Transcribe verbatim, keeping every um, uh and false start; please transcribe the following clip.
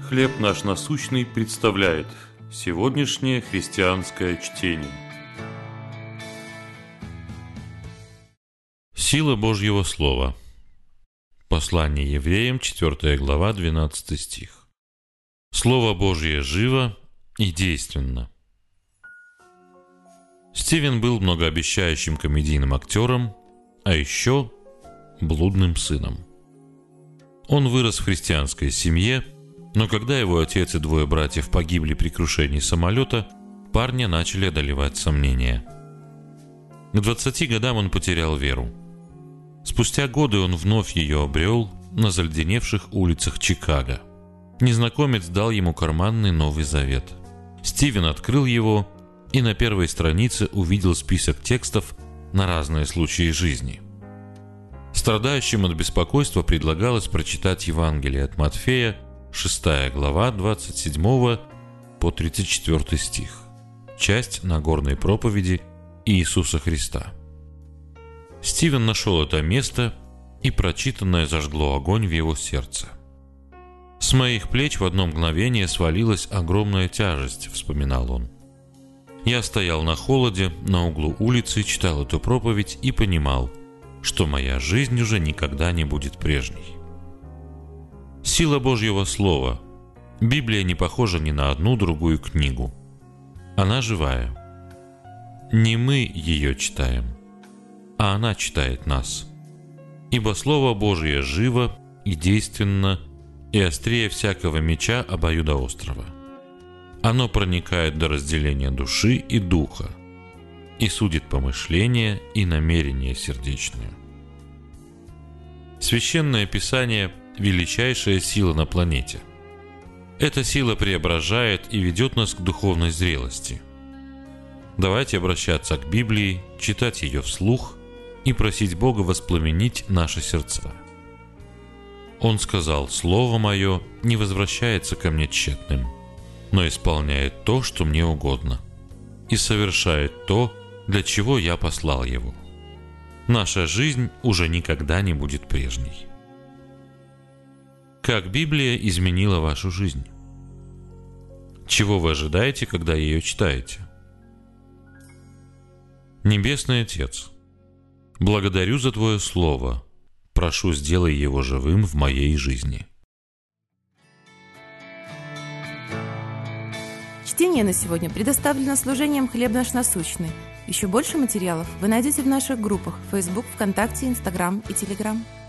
«Хлеб наш насущный» представляет сегодняшнее христианское чтение. Сила Божьего Слова. Послание евреям, четвёртая глава, двенадцатый стих. Слово Божье живо и действенно. Стивен был многообещающим комедийным актером, а еще блудным сыном. Он вырос в христианской семье, но когда его отец и двое братьев погибли при крушении самолета, парня начали одолевать сомнения. К двадцати годам он потерял веру. Спустя годы он вновь ее обрел на заледеневших улицах Чикаго. Незнакомец дал ему карманный Новый Завет. Стивен открыл его и на первой странице увидел список текстов на разные случаи жизни. Страдающим от беспокойства предлагалось прочитать Евангелие от Матфея, шестая глава, двадцать седьмой по тридцать четвёртый стих. Часть Нагорной проповеди Иисуса Христа. Стивен нашел это место, и прочитанное зажгло огонь в его сердце. «С моих плеч в одно мгновение свалилась огромная тяжесть», — вспоминал он. «Я стоял на холоде, на углу улицы, читал эту проповедь и понимал, что моя жизнь уже никогда не будет прежней». Сила Божьего Слова. Библия не похожа ни на одну другую книгу. Она живая. Не мы ее читаем, а она читает нас. Ибо Слово Божье живо и действенно, и острее всякого меча обоюдоострого. Оно проникает до разделения души и духа и судит помышления и намерения сердечные. Священное Писание – величайшая сила на планете. Эта сила преображает и ведет нас к духовной зрелости. Давайте обращаться к Библии, читать ее вслух и просить Бога воспламенить наши сердца. Он сказал: «Слово мое не возвращается ко мне тщетным, но исполняет то, что мне угодно, и совершает то, для чего я послал его». Наша жизнь уже никогда не будет прежней. Как Библия изменила вашу жизнь? Чего вы ожидаете, когда ее читаете? Небесный Отец, благодарю за Твое Слово. Прошу, сделай его живым в моей жизни. Чтение на сегодня предоставлено служением «Хлеб наш насущный». Еще больше материалов вы найдете в наших группах Facebook, ВКонтакте, Instagram и Telegram.